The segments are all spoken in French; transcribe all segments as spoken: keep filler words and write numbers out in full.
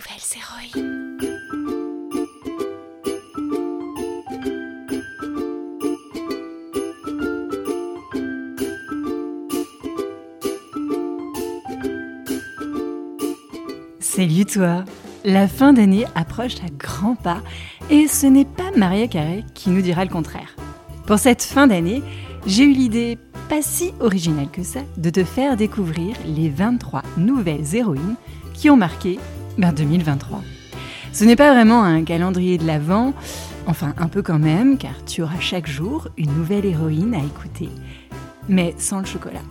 nouvelles héroïnes. Salut toi! La fin d'année approche à grands pas et ce n'est pas Mariah Carey qui nous dira le contraire. Pour cette fin d'année, j'ai eu l'idée pas si originale que ça de te faire découvrir les vingt-trois nouvelles héroïnes qui ont marqué ben, deux mille vingt-trois. Ce n'est pas vraiment un calendrier de l'Avent, enfin un peu quand même, car tu auras chaque jour une nouvelle héroïne à écouter, mais sans le chocolat.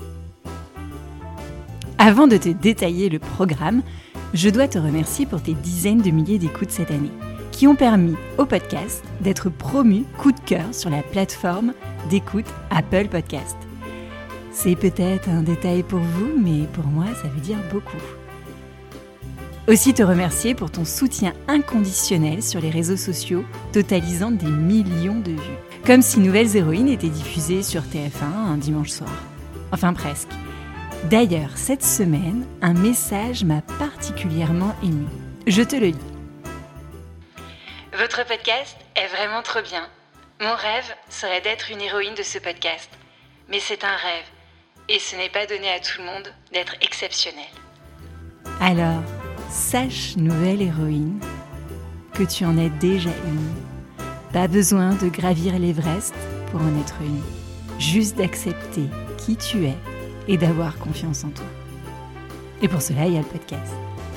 Avant de te détailler le programme, je dois te remercier pour tes dizaines de milliers d'écoutes cette année, qui ont permis au podcast d'être promu coup de cœur sur la plateforme d'écoute Apple Podcast. C'est peut-être un détail pour vous, mais pour moi, ça veut dire beaucoup. Aussi te remercier pour ton soutien inconditionnel sur les réseaux sociaux, totalisant des millions de vues. Comme si Nouvelles Héroïnes étaient diffusées sur T F un un dimanche soir. Enfin presque. D'ailleurs, cette semaine, un message m'a particulièrement émue. Je te le lis. Votre podcast est vraiment trop bien. Mon rêve serait d'être une héroïne de ce podcast. Mais c'est un rêve. Et ce n'est pas donné à tout le monde d'être exceptionnel. Alors, sache, nouvelle héroïne, que tu en es déjà une. Pas besoin de gravir l'Everest pour en être une. Juste d'accepter qui tu es et d'avoir confiance en toi. Et pour cela, il y a le podcast.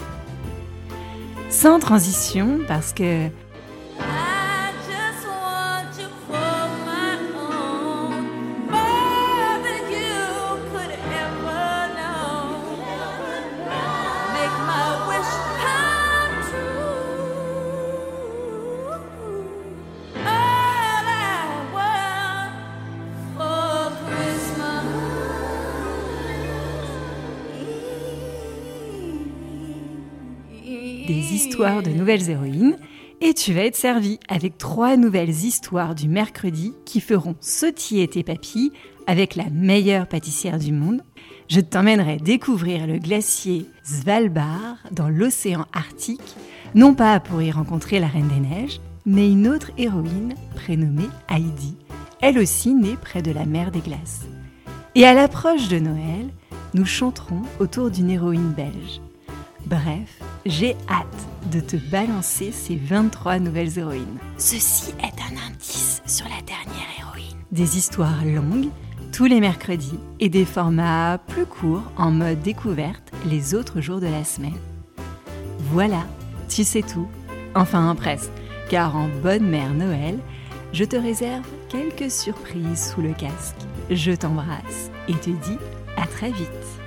Sans transition, parce que des histoires de nouvelles héroïnes et tu vas être servi avec trois nouvelles histoires du mercredi qui feront sautiller tes papilles avec la meilleure pâtissière du monde. Je t'emmènerai découvrir le glacier Svalbard dans l'océan Arctique, non pas pour y rencontrer la Reine des Neiges, mais une autre héroïne prénommée Heidi, elle aussi née près de la mer des Glaces. Et à l'approche de Noël, nous chanterons autour d'une héroïne belge. Bref, j'ai hâte de te balancer ces vingt-trois nouvelles héroïnes. Ceci est un indice sur la dernière héroïne. Des histoires longues, tous les mercredis, et des formats plus courts en mode découverte les autres jours de la semaine. Voilà, tu sais tout. Enfin, presque, car en bonne mère Noël, je te réserve quelques surprises sous le casque. Je t'embrasse et te dis à très vite.